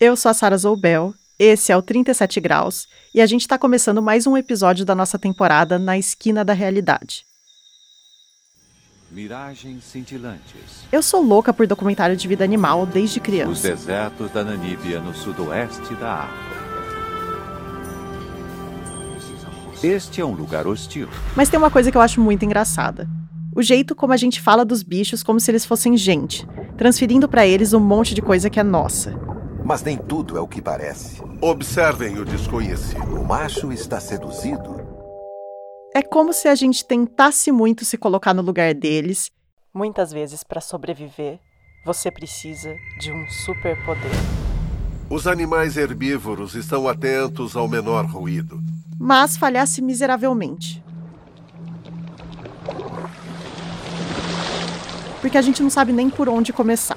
Eu sou a Sara Zoubel, esse é o 37 Graus, e a gente está começando mais um episódio da nossa temporada Na Esquina da Realidade. Miragens cintilantes. Eu sou louca por documentário de vida animal desde criança. Os desertos da Namíbia, no sudoeste da África. Este é um lugar hostil. Mas tem uma coisa que eu acho muito engraçada. O jeito como a gente fala dos bichos como se eles fossem gente, transferindo para eles um monte de coisa que é nossa. Mas nem tudo é o que parece. Observem o desconhecido. O macho está seduzido. É como se a gente tentasse muito se colocar no lugar deles. Muitas vezes, para sobreviver, você precisa de um superpoder. Os animais herbívoros estão atentos ao menor ruído. Mas falhasse miseravelmente. Porque a gente não sabe nem por onde começar.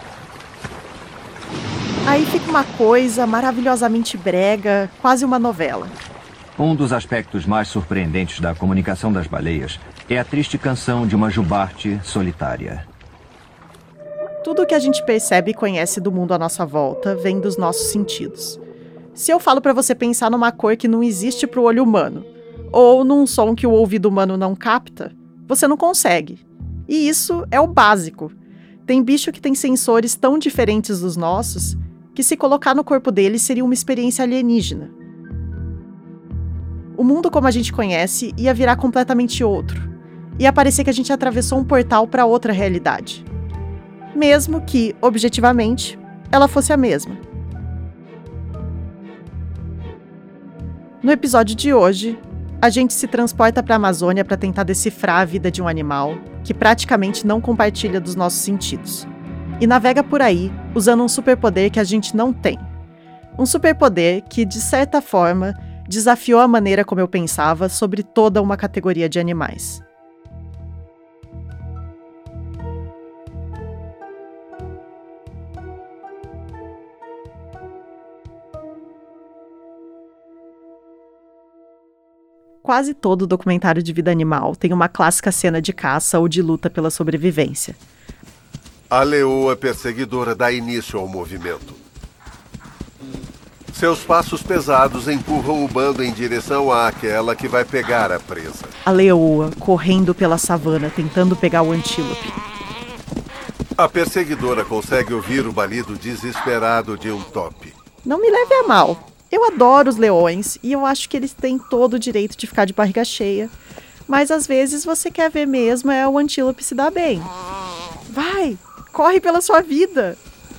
Aí fica uma coisa maravilhosamente brega, quase uma novela. Um dos aspectos mais surpreendentes da comunicação das baleias é a triste canção de uma jubarte solitária. Tudo que a gente percebe e conhece do mundo à nossa volta vem dos nossos sentidos. Se eu falo pra você pensar numa cor que não existe pro olho humano, ou num som que o ouvido humano não capta, você não consegue. E isso é o básico. Tem bicho que tem sensores tão diferentes dos nossos que se colocar no corpo deles seria uma experiência alienígena. O mundo como a gente conhece ia virar completamente outro. Ia parecer que a gente atravessou um portal para outra realidade. Mesmo que, objetivamente, ela fosse a mesma. No episódio de hoje, a gente se transporta para a Amazônia para tentar decifrar a vida de um animal que praticamente não compartilha dos nossos sentidos. E navega por aí usando um superpoder que a gente não tem. Um superpoder que, de certa forma, desafiou a maneira como eu pensava sobre toda uma categoria de animais. Quase todo documentário de vida animal tem uma clássica cena de caça ou de luta pela sobrevivência. A leoa perseguidora dá início ao movimento. Seus passos pesados empurram o bando em direção àquela que vai pegar a presa. A leoa correndo pela savana tentando pegar o antílope. A perseguidora consegue ouvir o balido desesperado de um tope. Não me leve a mal. Eu adoro os leões e eu acho que eles têm todo o direito de ficar de barriga cheia. Mas às vezes você quer ver mesmo o antílope se dar bem. Vai, corre pela sua vida.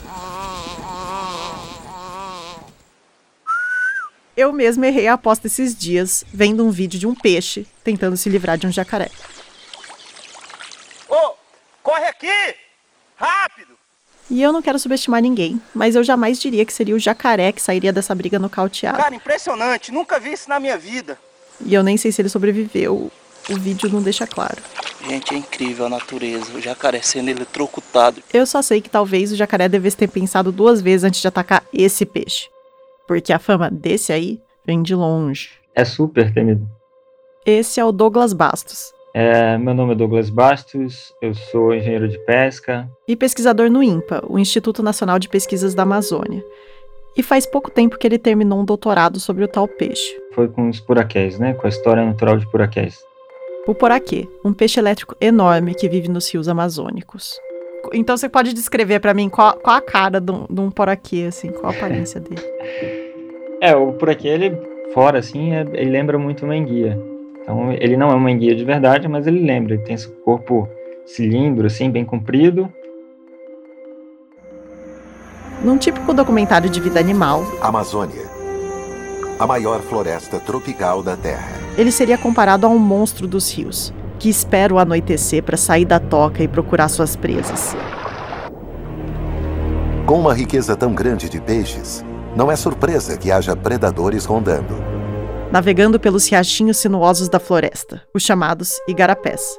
Eu mesma errei a aposta esses dias, vendo um vídeo de um peixe tentando se livrar de um jacaré. Ô, corre aqui! Rápido! E eu não quero subestimar ninguém, mas eu jamais diria que seria o jacaré que sairia dessa briga nocauteado. Cara, impressionante, nunca vi isso na minha vida. E eu nem sei se ele sobreviveu, o vídeo não deixa claro. Gente, é incrível a natureza, o jacaré sendo eletrocutado. Eu só sei que talvez o jacaré devesse ter pensado 2 vezes antes de atacar esse peixe. Porque a fama desse aí vem de longe. É super temido. Esse é o Douglas Bastos. Meu nome é Douglas Bastos, eu sou engenheiro de pesca. E pesquisador no INPA, o Instituto Nacional de Pesquisas da Amazônia. E faz pouco tempo que ele terminou um doutorado sobre o tal peixe. Foi com os puraqués, né? Com a história natural de puraqués. O poraquê, um peixe elétrico enorme que vive nos rios amazônicos. Então você pode descrever pra mim qual a cara de um poraquê, assim, qual a aparência dele? O poraquê, ele fora, assim, ele lembra muito uma enguia. Então, ele não é uma enguia de verdade, mas ele lembra. Ele tem esse corpo cilindro, assim, bem comprido. Num típico documentário de vida animal, Amazônia, a maior floresta tropical da Terra. Ele seria comparado a um monstro dos rios, que espera o anoitecer para sair da toca e procurar suas presas. Com uma riqueza tão grande de peixes, não é surpresa que haja predadores rondando. Navegando pelos riachinhos sinuosos da floresta, os chamados igarapés.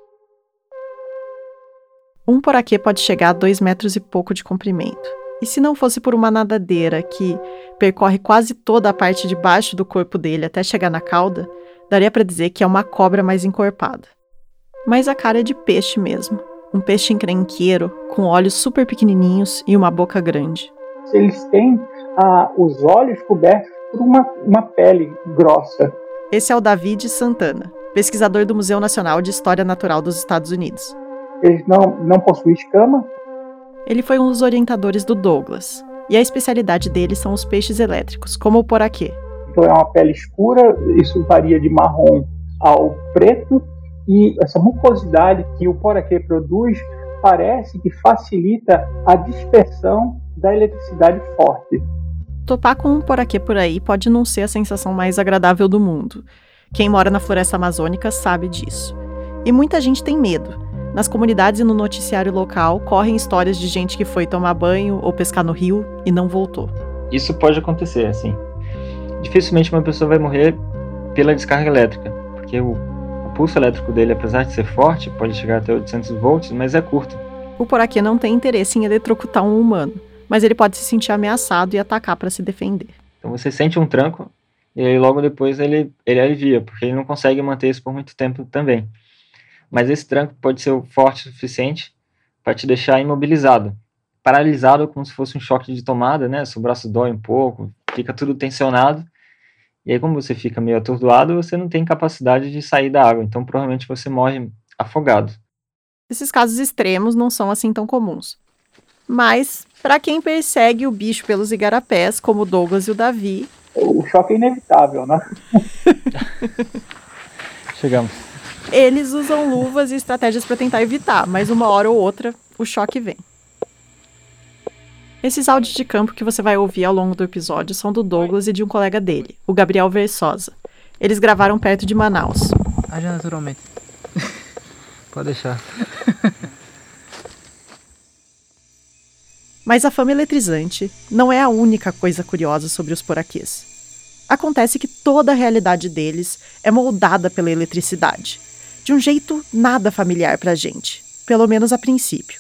Um poraquê pode chegar a 2 metros e pouco de comprimento. E se não fosse por uma nadadeira que percorre quase toda a parte de baixo do corpo dele até chegar na cauda, daria para dizer que é uma cobra mais encorpada. Mas a cara é de peixe mesmo. Um peixe encrenqueiro, com olhos super pequenininhos e uma boca grande. eles têm os olhos cobertos por uma pele grossa. Esse é o David Santana, pesquisador do Museu Nacional de História Natural dos Estados Unidos. Eles não possuem escama. Ele foi um dos orientadores do Douglas, e a especialidade dele são os peixes elétricos, como o poraquê. Então é uma pele escura, isso varia de marrom ao preto, e essa mucosidade que o poraquê produz parece que facilita a dispersão da eletricidade forte. Topar com um poraquê por aí pode não ser a sensação mais agradável do mundo. Quem mora na floresta amazônica sabe disso. E muita gente tem medo. Nas comunidades e no noticiário local correm histórias de gente que foi tomar banho ou pescar no rio e não voltou. Isso pode acontecer, assim. Dificilmente uma pessoa vai morrer pela descarga elétrica, porque o pulso elétrico dele, apesar de ser forte, pode chegar até 800 volts, mas é curto. O poraquê não tem interesse em eletrocutar um humano, mas ele pode se sentir ameaçado e atacar para se defender. Então você sente um tranco e aí logo depois ele alivia, porque ele não consegue manter isso por muito tempo também. Mas esse tranco pode ser forte o suficiente para te deixar imobilizado, paralisado, como se fosse um choque de tomada, né? Seu braço dói um pouco, fica tudo tensionado. E aí, como você fica meio atordoado, você não tem capacidade de sair da água. Então, provavelmente, você morre afogado. Esses casos extremos não são assim tão comuns. Mas, para quem persegue o bicho pelos igarapés, como o Douglas e o Davi... O choque é inevitável, né? Chegamos. Eles usam luvas e estratégias para tentar evitar, mas uma hora ou outra, o choque vem. Esses áudios de campo que você vai ouvir ao longo do episódio são do Douglas e de um colega dele, o Gabriel Versosa. Eles gravaram perto de Manaus. Haja naturalmente. Pode deixar. Mas a fama eletrizante não é a única coisa curiosa sobre os poraquês. Acontece que toda a realidade deles é moldada pela eletricidade, de um jeito nada familiar pra gente, pelo menos a princípio.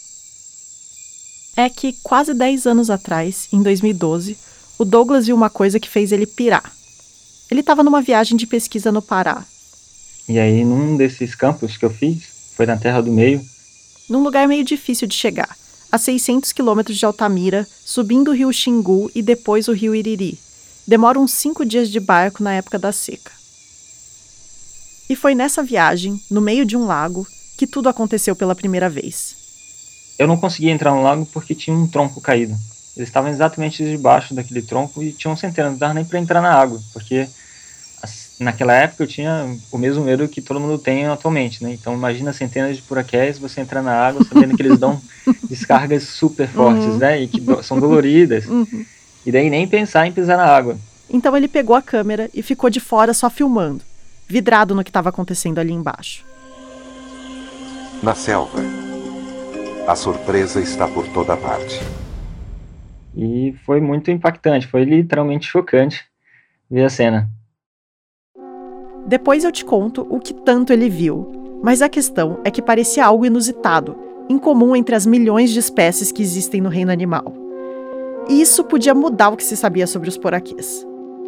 É que quase 10 anos atrás, em 2012, o Douglas viu uma coisa que fez ele pirar. Ele estava numa viagem de pesquisa no Pará. E aí, num desses campos que eu fiz, foi na Terra do Meio. Num lugar meio difícil de chegar, a 600 quilômetros de Altamira, subindo o rio Xingu e depois o rio Iriri. Demora uns 5 dias de barco na época da seca. E foi nessa viagem, no meio de um lago, que tudo aconteceu pela primeira vez. Eu não conseguia entrar no lago porque tinha um tronco caído. Eles estavam exatamente debaixo daquele tronco e tinham centenas, não dava nem para entrar na água, porque naquela época eu tinha o mesmo medo que todo mundo tem atualmente, né? Então imagina centenas de poraqués, você entrar na água sabendo que eles dão descargas super fortes, né? E que são doloridas. E daí nem pensar em pisar na água. Então ele pegou a câmera e ficou de fora só filmando, vidrado no que estava acontecendo ali embaixo. Na selva, a surpresa está por toda parte. E foi muito impactante, foi literalmente chocante ver a cena. Depois eu te conto o que tanto ele viu, mas a questão é que parecia algo inusitado, incomum entre as milhões de espécies que existem no reino animal. E isso podia mudar o que se sabia sobre os poraquês.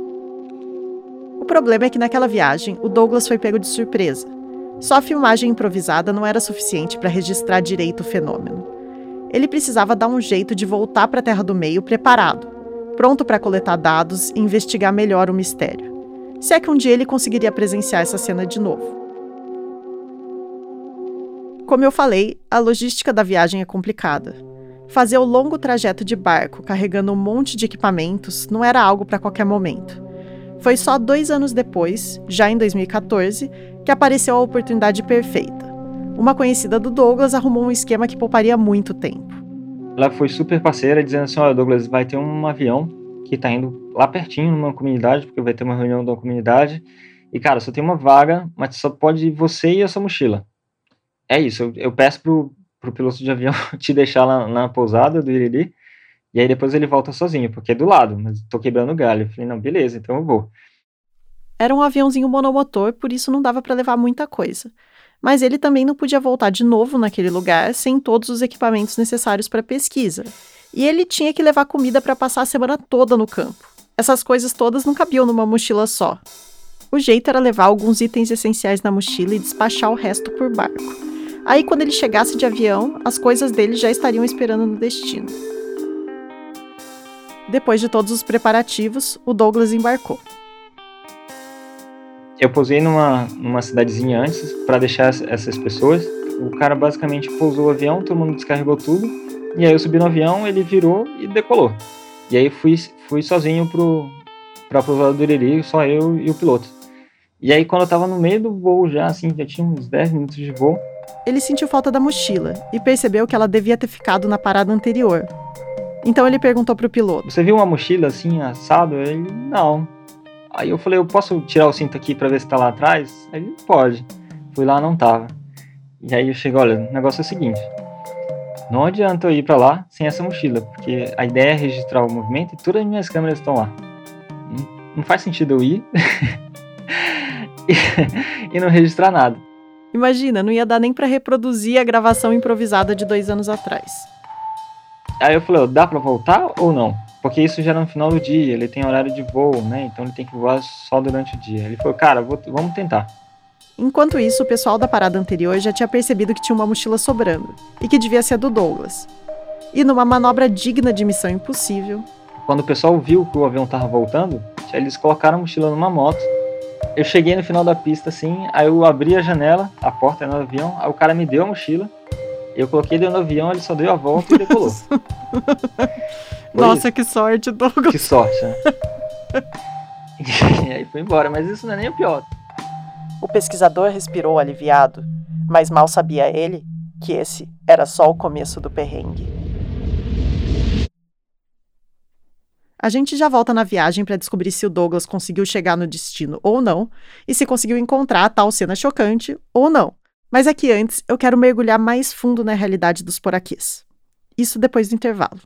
O problema é que naquela viagem, o Douglas foi pego de surpresa. Só a filmagem improvisada não era suficiente para registrar direito o fenômeno. Ele precisava dar um jeito de voltar para a Terra do Meio preparado, pronto para coletar dados e investigar melhor o mistério. Se é que um dia ele conseguiria presenciar essa cena de novo. Como eu falei, a logística da viagem é complicada. Fazer o longo trajeto de barco carregando um monte de equipamentos não era algo para qualquer momento. Foi só 2 anos depois, já em 2014, que apareceu a oportunidade perfeita. Uma conhecida do Douglas arrumou um esquema que pouparia muito tempo. Ela foi super parceira, dizendo assim, olha Douglas, vai ter um avião que tá indo lá pertinho numa comunidade, porque vai ter uma reunião da comunidade, e cara, só tem uma vaga, mas só pode ir você e a sua mochila. É isso, eu peço pro piloto de avião te deixar lá na pousada do Iriri, e aí depois ele volta sozinho, porque é do lado, mas tô quebrando galho. Eu falei, não, beleza, então eu vou. Era um aviãozinho monomotor, por isso não dava para levar muita coisa. Mas ele também não podia voltar de novo naquele lugar sem todos os equipamentos necessários para pesquisa. E ele tinha que levar comida para passar a semana toda no campo. Essas coisas todas não cabiam numa mochila só. O jeito era levar alguns itens essenciais na mochila e despachar o resto por barco. Aí, quando ele chegasse de avião, as coisas dele já estariam esperando no destino. Depois de todos os preparativos, o Douglas embarcou. Eu pousei numa cidadezinha antes para deixar essas pessoas. O cara basicamente pousou o avião, todo mundo descarregou tudo. E aí eu subi no avião, ele virou e decolou. E aí fui sozinho pra pousada do Iriri, só eu e o piloto. E aí quando eu tava no meio do voo já, assim, já tinha uns 10 minutos de voo. Ele sentiu falta da mochila e percebeu que ela devia ter ficado na parada anterior. Então ele perguntou pro piloto: "Você viu uma mochila assim, assado?" Ele: "Não." Aí eu falei: "Eu posso tirar o cinto aqui pra ver se tá lá atrás?" Aí ele: "Pode." Fui lá, não tava. E aí eu cheguei: "Olha, o negócio é o seguinte, não adianta eu ir pra lá sem essa mochila, porque a ideia é registrar o movimento e todas as minhas câmeras estão lá. Não faz sentido eu ir e não registrar nada." Imagina, não ia dar nem pra reproduzir a gravação improvisada de 2 anos atrás. Aí eu falei: "Dá pra voltar ou não?" Porque isso já era no final do dia, ele tem horário de voo, né? Então ele tem que voar só durante o dia. Ele falou: "Cara, vamos tentar." Enquanto isso, o pessoal da parada anterior já tinha percebido que tinha uma mochila sobrando e que devia ser a do Douglas. E numa manobra digna de Missão Impossível... Quando o pessoal viu que o avião tava voltando, eles colocaram a mochila numa moto. Eu cheguei no final da pista assim, aí eu abri a janela, a porta do avião, aí o cara me deu a mochila, eu coloquei dentro do avião, ele só deu a volta e decolou. Nossa, que sorte, Douglas. Que sorte, né? E aí foi embora, mas isso não é nem o pior. O pesquisador respirou aliviado, mas mal sabia ele que esse era só o começo do perrengue. A gente já volta na viagem para descobrir se o Douglas conseguiu chegar no destino ou não, e se conseguiu encontrar a tal cena chocante ou não. Mas aqui antes, eu quero mergulhar mais fundo na realidade dos poraquês. Isso depois do intervalo.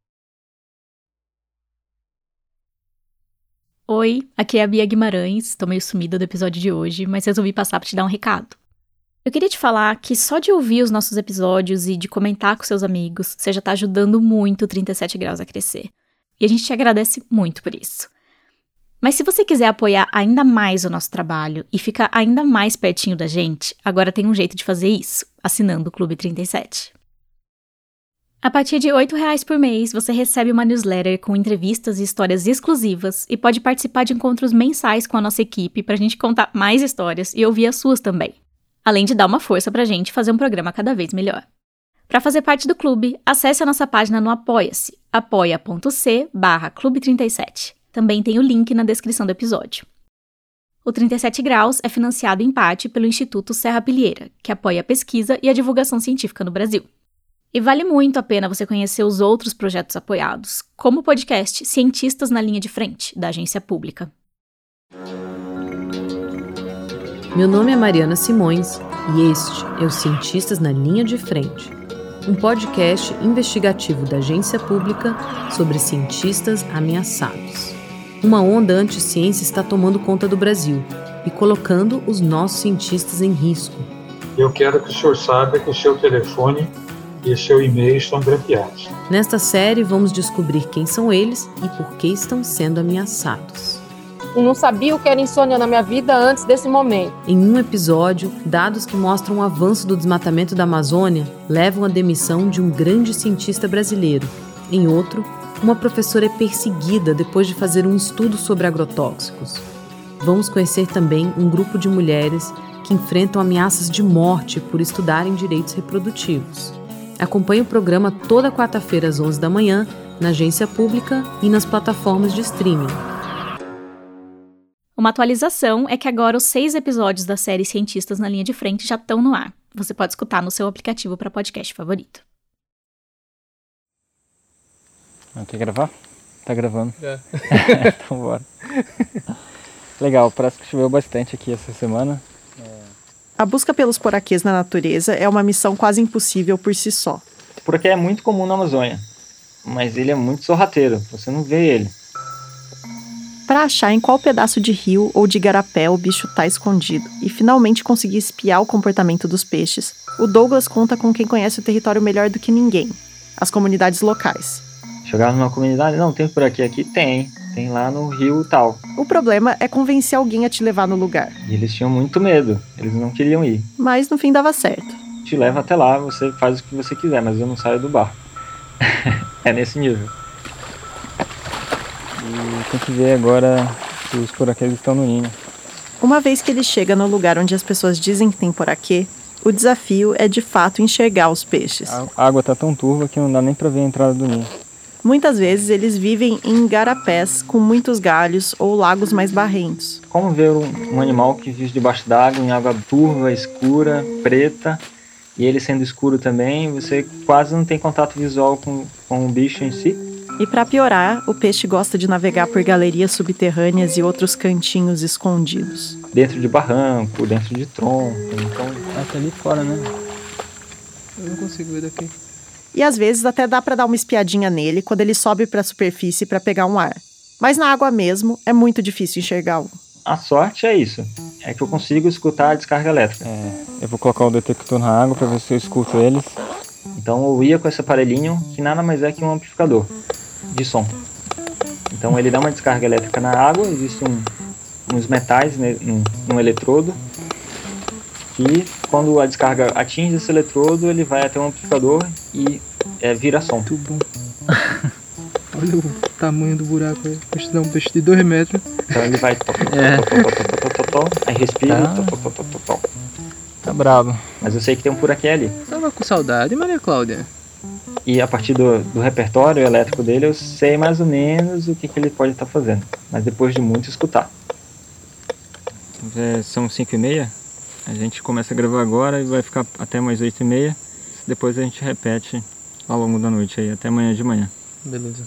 Oi, aqui é a Bia Guimarães, tô meio sumida do episódio de hoje, mas resolvi passar pra te dar um recado. Eu queria te falar que só de ouvir os nossos episódios e de comentar com seus amigos, você já tá ajudando muito o 37 Graus a crescer. E a gente te agradece muito por isso. Mas se você quiser apoiar ainda mais o nosso trabalho e ficar ainda mais pertinho da gente, agora tem um jeito de fazer isso, assinando o Clube 37. A partir de R$ 8,00 por mês, você recebe uma newsletter com entrevistas e histórias exclusivas e pode participar de encontros mensais com a nossa equipe pra gente contar mais histórias e ouvir as suas também. Além de dar uma força pra gente fazer um programa cada vez melhor. Para fazer parte do clube, acesse a nossa página no Apoia-se, apoia.c/clube37. Também tem o link na descrição do episódio. O 37 Graus é financiado em parte pelo Instituto Serra Pilheira, que apoia a pesquisa e a divulgação científica no Brasil. E vale muito a pena você conhecer os outros projetos apoiados, como o podcast Cientistas na Linha de Frente, da Agência Pública. Meu nome é Mariana Simões e este é o Cientistas na Linha de Frente, um podcast investigativo da Agência Pública sobre cientistas ameaçados. Uma onda anti-ciência está tomando conta do Brasil e colocando os nossos cientistas em risco. Eu quero que o senhor saiba que o seu telefone e seu e-mail estão grampeados. Nesta série, vamos descobrir quem são eles e por que estão sendo ameaçados. Eu não sabia o que era insônia na minha vida antes desse momento. Em um episódio, dados que mostram o avanço do desmatamento da Amazônia levam à demissão de um grande cientista brasileiro. Em outro, uma professora é perseguida depois de fazer um estudo sobre agrotóxicos. Vamos conhecer também um grupo de mulheres que enfrentam ameaças de morte por estudarem direitos reprodutivos. Acompanhe o programa toda quarta-feira às 11 da manhã, na Agência Pública e nas plataformas de streaming. Uma atualização é que agora os 6 episódios da série Cientistas na Linha de Frente já estão no ar. Você pode escutar no seu aplicativo para podcast favorito. Quer gravar? Tá gravando. É. Então bora. Legal, parece que choveu bastante aqui essa semana. A busca pelos poraquês na natureza é uma missão quase impossível por si só. O poraquê é muito comum na Amazônia, mas ele é muito sorrateiro, você não vê ele. Para achar em qual pedaço de rio ou de igarapé o bicho está escondido e finalmente conseguir espiar o comportamento dos peixes, o Douglas conta com quem conhece o território melhor do que ninguém, as comunidades locais. Chegar numa comunidade, não, tem poraquê aqui? Tem lá no rio tal. O problema é convencer alguém a te levar no lugar. E eles tinham muito medo, eles não queriam ir. Mas no fim dava certo. Te leva até lá, você faz o que você quiser, mas eu não saio do bar. É nesse nível. E tem que ver agora se os poraquês estão no ninho. Uma vez que ele chega no lugar onde as pessoas dizem que tem poraquê, o desafio é de fato enxergar os peixes. A água está tão turva que não dá nem para ver a entrada do ninho. Muitas vezes eles vivem em igarapés com muitos galhos ou lagos mais barrentos. Como ver um animal que vive debaixo d'água, em água turva, escura, preta, e ele sendo escuro também, você quase não tem contato visual com o bicho em si. E para piorar, o peixe gosta de navegar por galerias subterrâneas e outros cantinhos escondidos. Dentro de barranco, dentro de tronco, então... tá ali fora, né? Eu não consigo ver daqui. E às vezes até dá para dar uma espiadinha nele quando ele sobe para a superfície para pegar um ar. Mas na água mesmo é muito difícil enxergá-lo. A sorte é isso, é que eu consigo escutar a descarga elétrica. Eu vou colocar o detector na água para ver se eu escuto eles. Então eu ia com esse aparelhinho, que nada mais é que um amplificador de som. Então ele dá uma descarga elétrica na água, existe uns metais num eletrodo, que quando a descarga atinge esse eletrodo, ele vai até um amplificador e vira som. Muito bom. Olha o tamanho do buraco aí. Peixe dá um peixe de 2 metros. Então ele vai aí respira, Tá bravo. Mas eu sei que tem um poraquê ali. Tava com saudade, Maria Cláudia. E a partir do repertório elétrico dele, eu sei mais ou menos o que ele pode estar fazendo. Mas depois de muito escutar. São 5h30. A gente começa a gravar agora e vai ficar até mais 8h30. Depois a gente repete ao longo da noite aí, até amanhã de manhã. Beleza.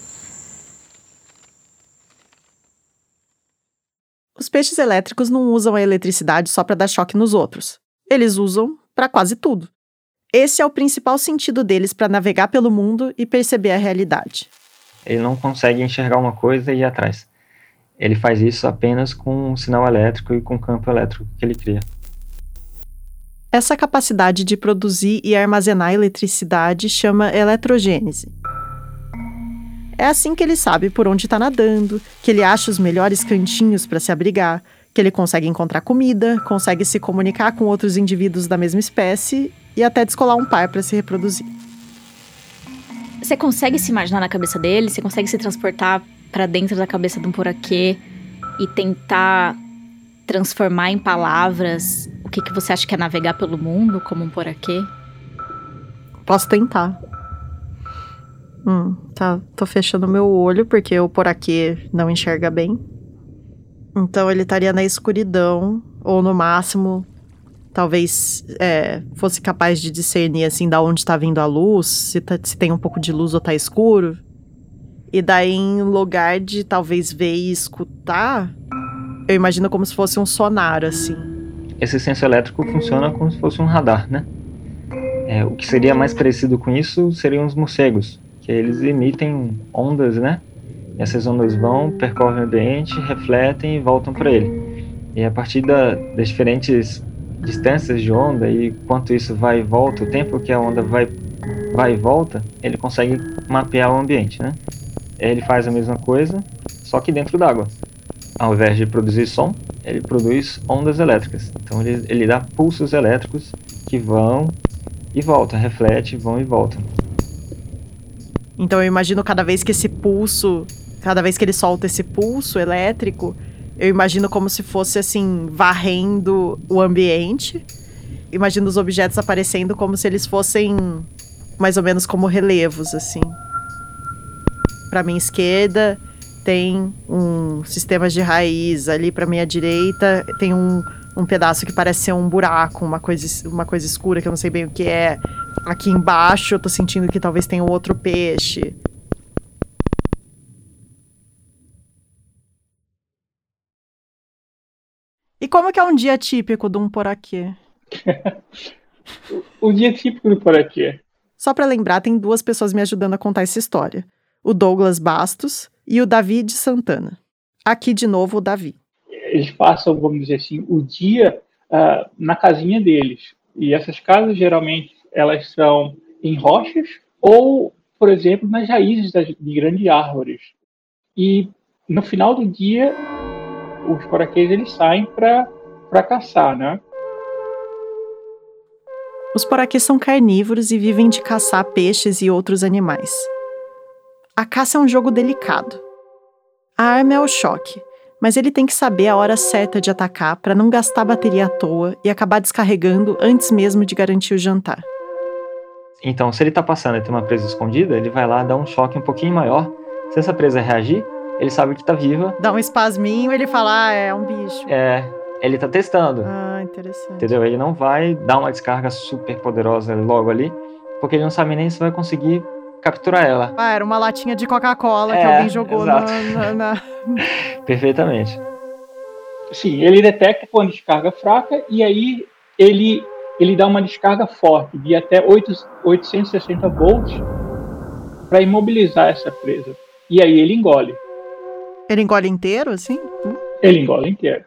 Os peixes elétricos não usam a eletricidade só para dar choque nos outros. Eles usam para quase tudo. Esse é o principal sentido deles para navegar pelo mundo e perceber a realidade. Ele não consegue enxergar uma coisa e ir atrás. Ele faz isso apenas com um sinal elétrico e com o campo elétrico que ele cria. Essa capacidade de produzir e armazenar eletricidade chama eletrogênese. É assim que ele sabe por onde está nadando, que ele acha os melhores cantinhos para se abrigar, que ele consegue encontrar comida, consegue se comunicar com outros indivíduos da mesma espécie e até descolar um par para se reproduzir. Você consegue se imaginar na cabeça dele? Você consegue se transportar para dentro da cabeça de um poraquê e tentar transformar em palavras o que você acha que é navegar pelo mundo como um poraquê? Posso tentar. Tô fechando meu olho porque o poraquê não enxerga bem. Então ele estaria na escuridão, ou no máximo, talvez fosse capaz de discernir assim da onde está vindo a luz, se tem um pouco de luz ou tá escuro. E daí, em lugar de talvez ver e escutar, eu imagino como se fosse um sonar, assim. Esse senso elétrico funciona como se fosse um radar, né? O que seria mais parecido com isso seriam os morcegos, que eles emitem ondas, né? E essas ondas vão, percorrem o ambiente, refletem e voltam para ele. E a partir das diferentes distâncias de onda e quanto isso vai e volta, o tempo que a onda vai e volta, ele consegue mapear o ambiente, né? Ele faz a mesma coisa, só que dentro d'água. Ao invés de produzir som, ele produz ondas elétricas. Então ele dá pulsos elétricos que vão e voltam, refletem, vão e voltam. Então eu imagino cada vez que ele solta esse pulso elétrico, eu imagino como se fosse assim, varrendo o ambiente. Imagino os objetos aparecendo como se eles fossem mais ou menos como relevos, assim. Para minha esquerda tem um sistema de raiz, ali para minha direita tem um pedaço que parece ser um buraco, uma coisa escura que eu não sei bem o que é. Aqui embaixo eu tô sentindo que talvez tenha um outro peixe. E como que é um dia típico de um poraquê? O dia típico do poraquê. Só para lembrar, tem 2 pessoas me ajudando a contar essa história. O Douglas Bastos e o Davi de Santana. Aqui de novo o Davi. Eles passam, vamos dizer assim, o dia na casinha deles. E essas casas, geralmente, elas são em rochas ou, por exemplo, nas raízes de grandes árvores. E no final do dia, os poraquês eles saem para caçar, né? Os poraquês são carnívoros e vivem de caçar peixes e outros animais. A caça é um jogo delicado. A arma é o choque, mas ele tem que saber a hora certa de atacar para não gastar bateria à toa e acabar descarregando antes mesmo de garantir o jantar. Então, se ele tá passando e tem uma presa escondida, ele vai lá dar um choque um pouquinho maior. Se essa presa reagir, ele sabe que tá viva. Dá um espasminho, ele fala, é um bicho. Ele tá testando. Ah, interessante. Entendeu? Ele não vai dar uma descarga super poderosa logo ali, porque ele não sabe nem se vai conseguir capturar ela. Era uma latinha de Coca-Cola que alguém jogou na... Perfeitamente. Sim, ele detecta com uma descarga fraca e aí ele dá uma descarga forte de até 860 volts para imobilizar essa presa. E aí ele engole. Ele engole inteiro, assim? Ele engole inteiro.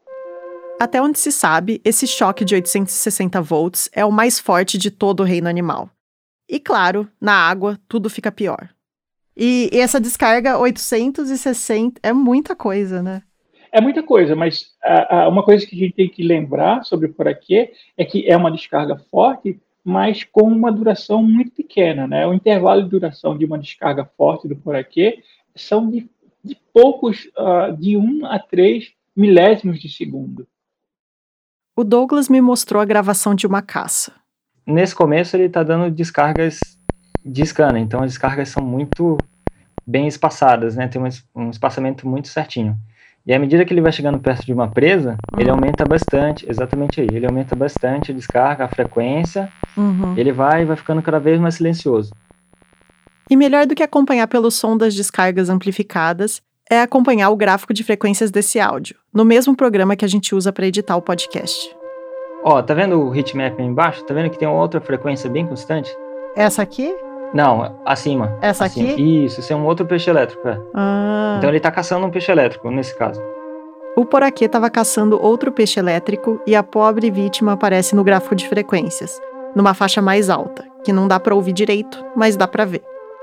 Até onde se sabe, esse choque de 860 volts é o mais forte de todo o reino animal. E claro, na água, tudo fica pior. E essa descarga 860 é muita coisa, né? É muita coisa, mas uma coisa que a gente tem que lembrar sobre o poraquê é que é uma descarga forte, mas com uma duração muito pequena, né? O intervalo de duração de uma descarga forte do poraquê são de poucos, de 1 a 3 milésimos de segundo. O Douglas me mostrou a gravação de uma caça. Nesse começo ele está dando descargas de scanner, então as descargas são muito bem espaçadas, né? Tem um espaçamento muito certinho. E à medida que ele vai chegando perto de uma presa, ele aumenta bastante, exatamente aí, ele aumenta bastante a descarga, a frequência, ele vai ficando cada vez mais silencioso. E melhor do que acompanhar pelo som das descargas amplificadas, é acompanhar o gráfico de frequências desse áudio, no mesmo programa que a gente usa para editar o podcast. Ó, tá vendo o heatmap aí embaixo? Tá vendo que tem uma outra frequência bem constante? Essa aqui? Não, acima. Essa acima. aqui? Isso é um outro peixe elétrico, Então ele tá caçando um peixe elétrico, nesse caso. O poraquê estava caçando outro peixe elétrico e a pobre vítima aparece no gráfico de frequências, numa faixa mais alta, que não dá para ouvir direito, mas dá para ver.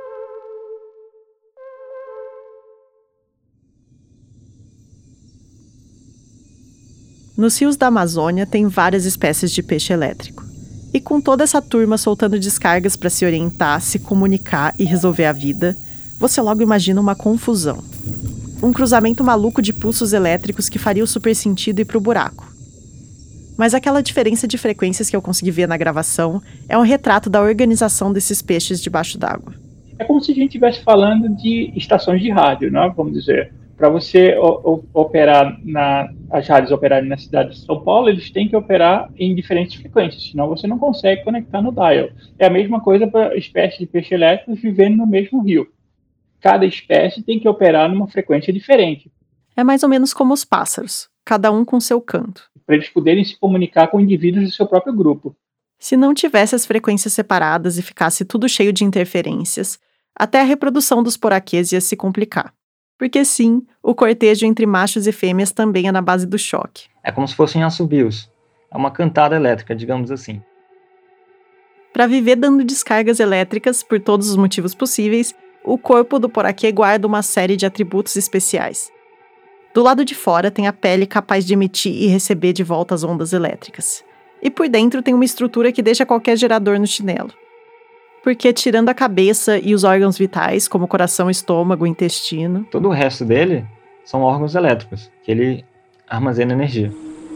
Nos rios da Amazônia tem várias espécies de peixe elétrico. E com toda essa turma soltando descargas para se orientar, se comunicar e resolver a vida, você logo imagina uma confusão. Um cruzamento maluco de pulsos elétricos que faria o super sentido ir pro buraco. Mas aquela diferença de frequências que eu consegui ver na gravação é um retrato da organização desses peixes debaixo d'água. É como se a gente estivesse falando de estações de rádio, né? Vamos dizer. Para você operar as rádios operarem na cidade de São Paulo, eles têm que operar em diferentes frequências, senão você não consegue conectar no dial. É a mesma coisa para espécies de peixe elétricos vivendo no mesmo rio. Cada espécie tem que operar numa frequência diferente. É mais ou menos como os pássaros, cada um com seu canto. Para eles poderem se comunicar com indivíduos do seu próprio grupo. Se não tivesse as frequências separadas e ficasse tudo cheio de interferências, até a reprodução dos poraquês ia se complicar. Porque sim, o cortejo entre machos e fêmeas também é na base do choque. É como se fossem assobios. É uma cantada elétrica, digamos assim. Para viver dando descargas elétricas, por todos os motivos possíveis, o corpo do poraquê guarda uma série de atributos especiais. Do lado de fora tem a pele capaz de emitir e receber de volta as ondas elétricas. E por dentro tem uma estrutura que deixa qualquer gerador no chinelo. Porque tirando a cabeça e os órgãos vitais, como coração, estômago, intestino... Todo o resto dele são órgãos elétricos, que ele armazena energia.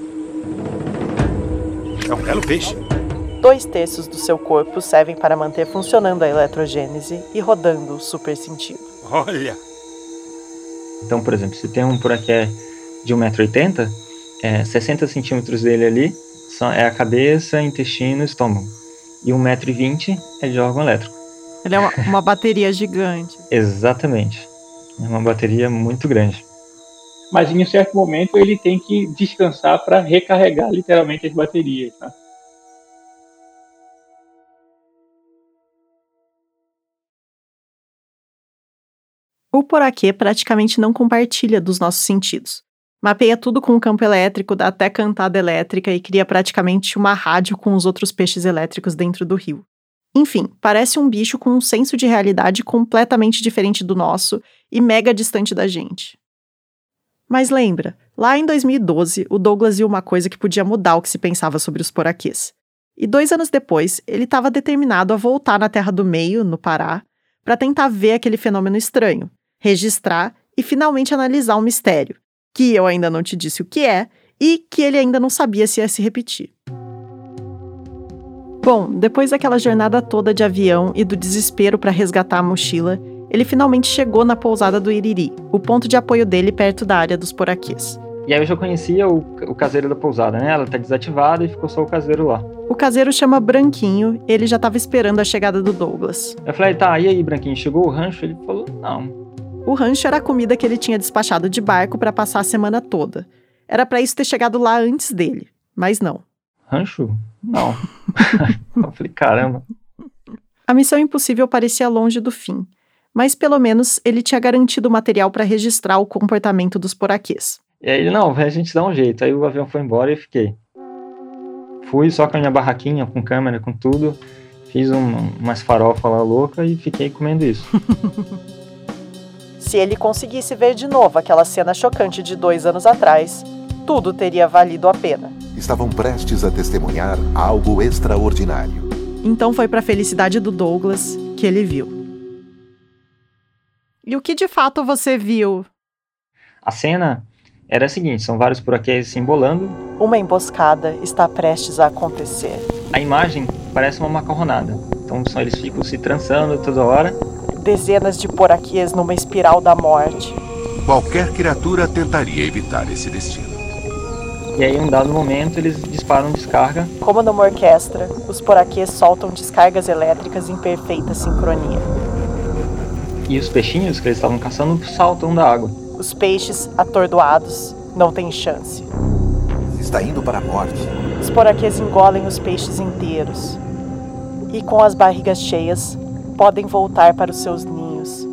É um belo peixe. 2/3 do seu corpo servem para manter funcionando a eletrogênese e rodando o super sentido. Olha! Então, por exemplo, se tem um poraquê de 1,80 m, 60 centímetros dele ali é a cabeça, intestino e estômago. E 1,20 m é de órgão elétrico. Ele é uma bateria gigante. Exatamente. É uma bateria muito grande. Mas em um certo momento ele tem que descansar para recarregar literalmente as baterias. Tá? O poraquê praticamente não compartilha dos nossos sentidos. Mapeia tudo com um campo elétrico, dá até cantada elétrica e cria praticamente uma rádio com os outros peixes elétricos dentro do rio. Enfim, parece um bicho com um senso de realidade completamente diferente do nosso e mega distante da gente. Mas lembra, lá em 2012, o Douglas viu uma coisa que podia mudar o que se pensava sobre os poraquês. E 2 anos depois, ele estava determinado a voltar na Terra do Meio, no Pará, para tentar ver aquele fenômeno estranho, registrar e finalmente analisar um mistério, que eu ainda não te disse o que é e que ele ainda não sabia se ia se repetir. Bom, depois daquela jornada toda de avião e do desespero para resgatar a mochila, ele finalmente chegou na pousada do Iriri, o ponto de apoio dele perto da área dos poraquês. E aí eu já conhecia o caseiro da pousada, né? Ela tá desativada e ficou só o caseiro lá. O caseiro chama Branquinho, ele já tava esperando a chegada do Douglas. Eu falei, tá, e aí, Branquinho, chegou o rancho? Ele falou, não. O rancho era a comida que ele tinha despachado de barco para passar a semana toda. Era para isso ter chegado lá antes dele, mas não. Rancho? Não. Eu falei, caramba. A missão impossível parecia longe do fim, mas pelo menos ele tinha garantido o material para registrar o comportamento dos poraquês. E aí ele, não, a gente dá um jeito. Aí o avião foi embora e eu fiquei. Fui só com a minha barraquinha, com câmera, com tudo. Fiz umas farofas lá louca e fiquei comendo isso. Se ele conseguisse ver de novo aquela cena chocante de 2 anos atrás, tudo teria valido a pena. Estavam prestes a testemunhar algo extraordinário. Então foi para a felicidade do Douglas que ele viu. E o que de fato você viu? A cena era a seguinte, são vários poraquês se embolando. Uma emboscada está prestes a acontecer. A imagem parece uma macarronada. Então eles ficam se trançando toda hora. Dezenas de poraquês numa espiral da morte. Qualquer criatura tentaria evitar esse destino. E aí, em um dado momento, eles disparam descarga. Como numa orquestra, os poraquês soltam descargas elétricas em perfeita sincronia. E os peixinhos que eles estavam caçando saltam da água. Os peixes, atordoados, não têm chance. Está indo para a morte. Os poraquês engolem os peixes inteiros. E com as barrigas cheias, podem voltar para os seus ninhos.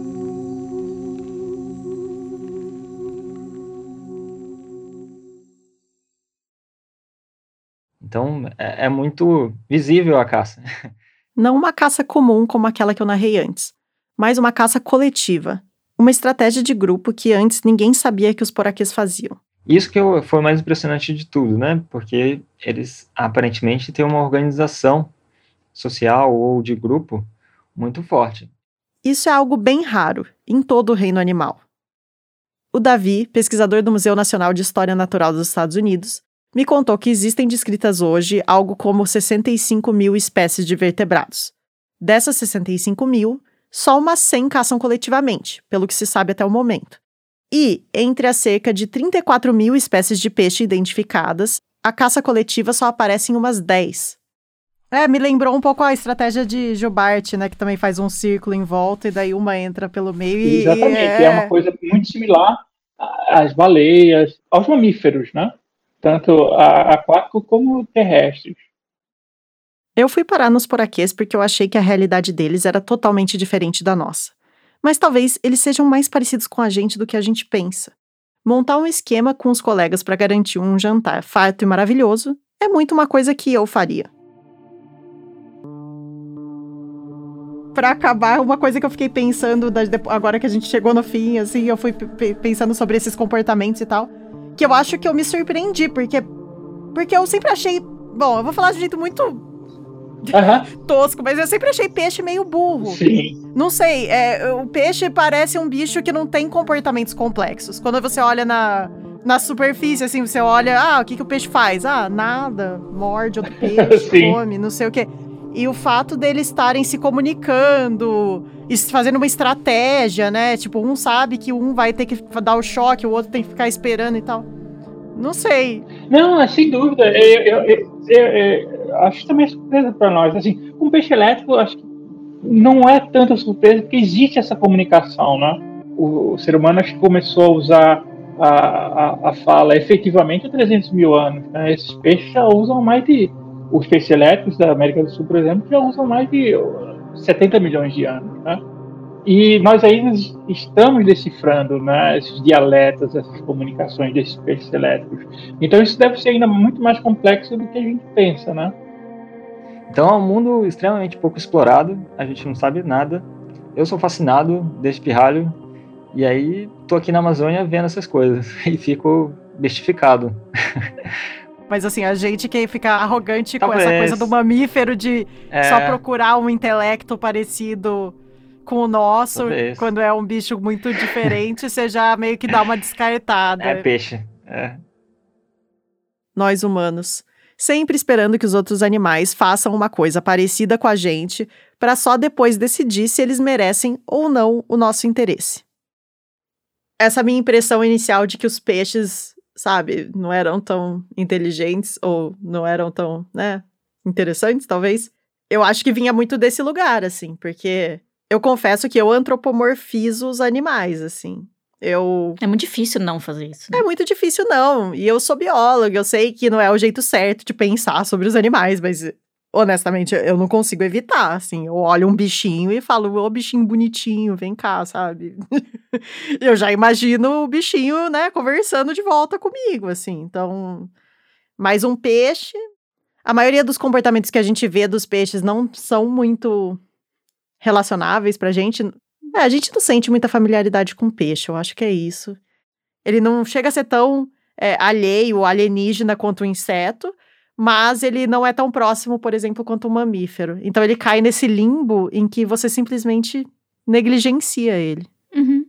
Então, é muito visível a caça. Não uma caça comum como aquela que eu narrei antes, mas uma caça coletiva. Uma estratégia de grupo que antes ninguém sabia que os poraquês faziam. Isso que foi o mais impressionante de tudo, né? Porque eles, aparentemente, têm uma organização social ou de grupo muito forte. Isso é algo bem raro em todo o reino animal. O Davi, pesquisador do Museu Nacional de História Natural dos Estados Unidos, me contou que existem descritas hoje algo como 65 mil espécies de vertebrados. Dessas 65 mil, só umas 100 caçam coletivamente, pelo que se sabe até o momento. E, entre as cerca de 34 mil espécies de peixe identificadas, a caça coletiva só aparece em umas 10. Me lembrou um pouco a estratégia de jubarte, né, que também faz um círculo em volta e daí uma entra pelo meio e... Exatamente, é uma coisa muito similar às baleias, aos mamíferos, né? Tanto aquático como terrestres. Eu fui parar nos poraquês porque eu achei que a realidade deles era totalmente diferente da nossa. Mas talvez eles sejam mais parecidos com a gente do que a gente pensa. Montar um esquema com os colegas para garantir um jantar farto e maravilhoso é muito uma coisa que eu faria. Para acabar, uma coisa que eu fiquei pensando, agora que a gente chegou no fim, assim, eu fui pensando sobre esses comportamentos e tal, que eu acho que eu me surpreendi, porque eu sempre achei... Bom, eu vou falar de um jeito muito tosco, mas eu sempre achei peixe meio burro. Sim. Não sei, o peixe parece um bicho que não tem comportamentos complexos. Quando você olha na superfície, assim, você olha, o que o peixe faz? Nada, morde outro peixe, come, não sei o quê. E o fato deles estarem se comunicando, fazendo uma estratégia, né? Tipo, um sabe que um vai ter que dar o choque, o outro tem que ficar esperando e tal. Não sei. Não, sem dúvida. Eu acho também surpresa para nós. Assim, um peixe elétrico, acho que não é tanta surpresa, porque existe essa comunicação, né? O ser humano acho que começou a usar a fala efetivamente há 300 mil anos. Né? Esses peixes já usam mais de... Os peixes elétricos da América do Sul, por exemplo, já usam mais de 70 milhões de anos, né? E nós ainda estamos decifrando, né, esses dialetos, essas comunicações desses peixes elétricos. Então isso deve ser ainda muito mais complexo do que a gente pensa, né? Então é um mundo extremamente pouco explorado, a gente não sabe nada. Eu sou fascinado desse pirralho, e aí tô aqui na Amazônia vendo essas coisas, e fico bestificado. Mas assim, a gente que fica arrogante com essa coisa do mamífero de só procurar um intelecto parecido com o nosso, quando é um bicho muito diferente, você já meio que dá uma descartada. É peixe, Nós humanos, sempre esperando que os outros animais façam uma coisa parecida com a gente, para só depois decidir se eles merecem ou não o nosso interesse. Essa minha impressão inicial de que os peixes, sabe, não eram tão inteligentes ou não eram tão, interessantes, talvez, eu acho que vinha muito desse lugar, assim, porque eu confesso que eu antropomorfizo os animais, assim. É muito difícil não fazer isso. Né? É muito difícil não, e eu sou bióloga, eu sei que não é o jeito certo de pensar sobre os animais, mas honestamente eu não consigo evitar, assim, eu olho um bichinho e falo, ô bichinho bonitinho, vem cá, sabe? Eu já imagino o bichinho, conversando de volta comigo, assim, então, mas um peixe, a maioria dos comportamentos que a gente vê dos peixes não são muito relacionáveis pra gente. A gente não sente muita familiaridade com peixe, eu acho que é isso. Ele não chega a ser tão alheio, alienígena quanto o inseto, mas ele não é tão próximo, por exemplo, quanto o mamífero. Então ele cai nesse limbo em que você simplesmente negligencia ele. Uhum.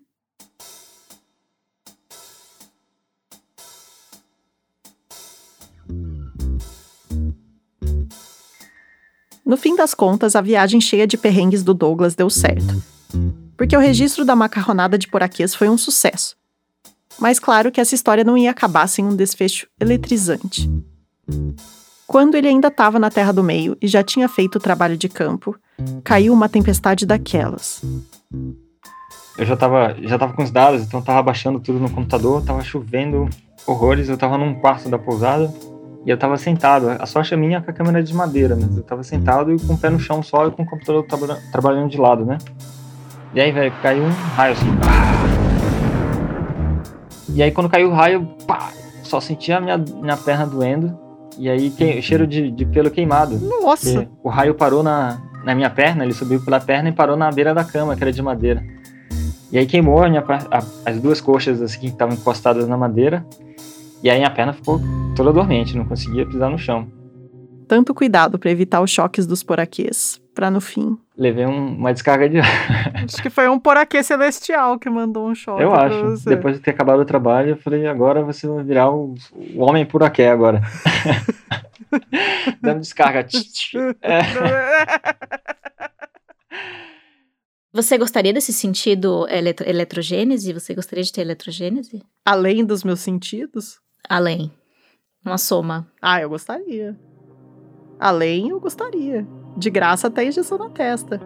No fim das contas, a viagem cheia de perrengues do Douglas deu certo. Porque o registro da macarronada de poraquês foi um sucesso. Mas claro que essa história não ia acabar sem um desfecho eletrizante. Quando ele ainda estava na Terra do Meio e já tinha feito o trabalho de campo, caiu uma tempestade daquelas. Eu já tava com os dados, então tava baixando tudo no computador, tava chovendo horrores, eu tava num quarto da pousada e eu tava sentado. A sorte minha é com a câmera de madeira, mas eu tava sentado e com o pé no chão só e com o computador trabalhando de lado, né? E aí, velho, caiu um raio assim. E aí, quando caiu o raio, pá, só senti a minha perna doendo. E aí, cheiro de pelo queimado. Nossa! O raio parou na minha perna, ele subiu pela perna e parou na beira da cama, que era de madeira. E aí, queimou as duas coxas assim, que estavam encostadas na madeira. E aí, minha perna ficou toda dormente, não conseguia pisar no chão. Tanto cuidado para evitar os choques dos poraquês, para no fim... Levei uma descarga de ar. Acho que foi um poraquê celestial que mandou um choque. Eu acho. Depois de ter acabado o trabalho, eu falei, agora você vai virar o homem poraquê agora. Dando descarga. Você gostaria desse sentido eletrogênese? Você gostaria de ter eletrogênese? Além dos meus sentidos? Além. Uma soma. Eu gostaria. Além, eu gostaria. De graça até injeção na testa.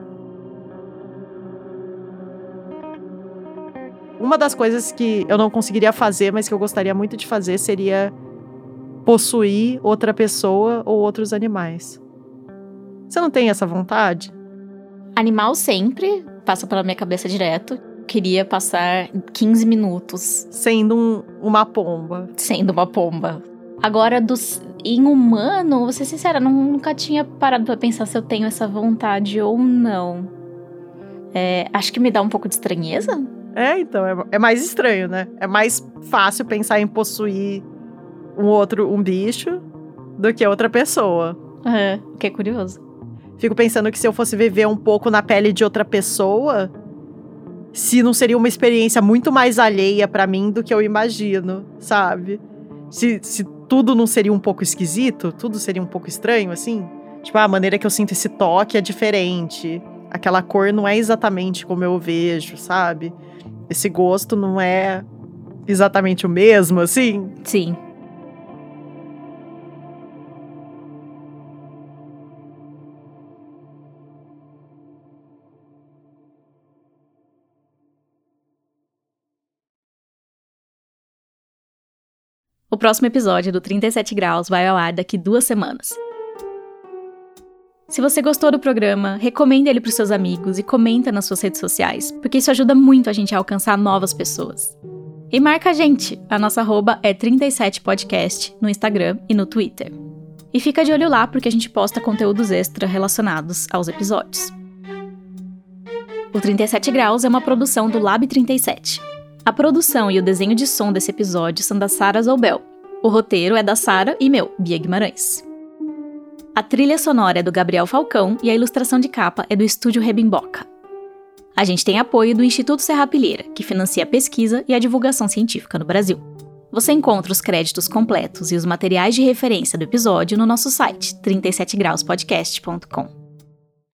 Uma das coisas que eu não conseguiria fazer, mas que eu gostaria muito de fazer, seria possuir outra pessoa ou outros animais. Você não tem essa vontade? Animal sempre passa pela minha cabeça direto. Queria passar 15 minutos. Sendo uma pomba. Sendo uma pomba. Agora, em humano, vou ser sincera, nunca tinha parado pra pensar se eu tenho essa vontade ou não. Acho que me dá um pouco de estranheza. Então, é mais estranho, né? É mais fácil pensar em possuir um bicho do que outra pessoa. O que é curioso. Fico pensando que se eu fosse viver um pouco na pele de outra pessoa, se não seria uma experiência muito mais alheia pra mim do que eu imagino, sabe? Se tudo não seria um pouco esquisito, tudo seria um pouco estranho, assim. Tipo, a maneira que eu sinto esse toque é diferente. Aquela cor não é exatamente como eu vejo, sabe? Esse gosto não é exatamente o mesmo, assim. Sim. O próximo episódio do 37 Graus vai ao ar daqui 2 semanas. Se você gostou do programa, recomenda ele para os seus amigos e comenta nas suas redes sociais, porque isso ajuda muito a gente a alcançar novas pessoas. E marca a gente, a nossa @ é 37podcast no Instagram e no Twitter. E fica de olho lá porque a gente posta conteúdos extra relacionados aos episódios. O 37 Graus é uma produção do Lab 37. A produção e o desenho de som desse episódio são da Sara Zoubel. O roteiro é da Sara e meu, Bia Guimarães. A trilha sonora é do Gabriel Falcão e a ilustração de capa é do Estúdio Rebimboca. A gente tem apoio do Instituto Serrapilheira, que financia a pesquisa e a divulgação científica no Brasil. Você encontra os créditos completos e os materiais de referência do episódio no nosso site, 37grauspodcast.com.